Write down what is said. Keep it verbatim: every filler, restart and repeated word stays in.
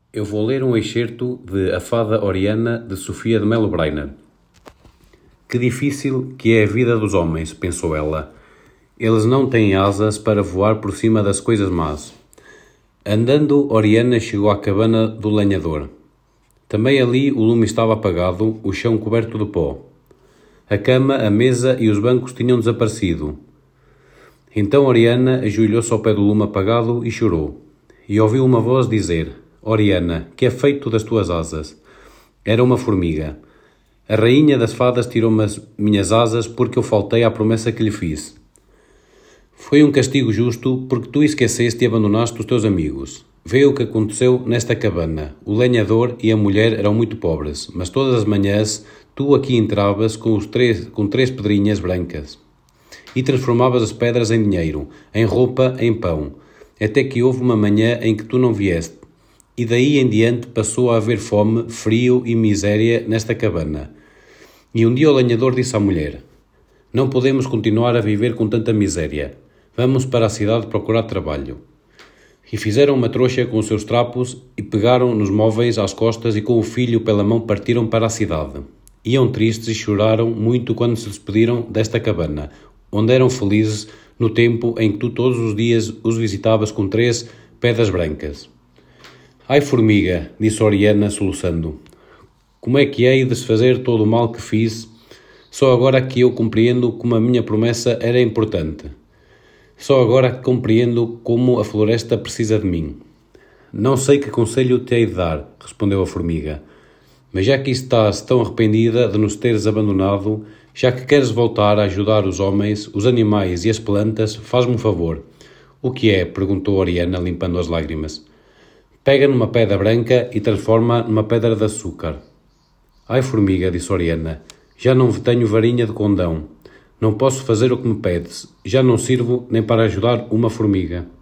Eu vou ler um excerto de A Fada Oriana, de Sofia de Melo Brainer. Que difícil que é a vida dos homens, pensou ela. Eles não têm asas para voar por cima das coisas más. Andando, Oriana chegou à cabana do lenhador. Também ali o lume estava apagado, o chão coberto de pó. A cama, a mesa e os bancos tinham desaparecido. Então Oriana ajoelhou-se ao pé do lume apagado e chorou. E ouviu uma voz dizer: Oriana, que é feito das tuas asas? Era uma formiga. A rainha das fadas tirou-me as minhas asas porque eu faltei à promessa que lhe fiz. Foi um castigo justo porque tu esqueceste e abandonaste os teus amigos. Vê o que aconteceu nesta cabana. O lenhador e a mulher eram muito pobres, mas todas as manhãs tu aqui entravas com, os três, com três pedrinhas brancas e transformavas as pedras em dinheiro, em roupa, em pão, até que houve uma manhã em que tu não vieste. E daí em diante passou a haver fome, frio e miséria nesta cabana. E um dia o lenhador disse à mulher: Não podemos continuar a viver com tanta miséria. Vamos para a cidade procurar trabalho. E fizeram uma trouxa com os seus trapos e pegaram nos móveis às costas e com o filho pela mão partiram para a cidade. Iam tristes e choraram muito quando se despediram desta cabana, onde eram felizes no tempo em que tu todos os dias os visitavas com três pedras brancas. Ai, formiga, disse Oriana soluçando, como é que hei de desfazer todo o mal que fiz? Só agora que eu compreendo como a minha promessa era importante. Só agora que compreendo como a floresta precisa de mim. Não sei que conselho te hei de dar, respondeu a formiga, mas já que estás tão arrependida de nos teres abandonado, já que queres voltar a ajudar os homens, os animais e as plantas, faz-me um favor. O que é? Perguntou Oriana, limpando as lágrimas. Pega numa pedra branca e transforma numa pedra de açúcar. Ai, formiga, disse Oriana, já não tenho varinha de condão. Não posso fazer o que me pedes. Já não sirvo nem para ajudar uma formiga.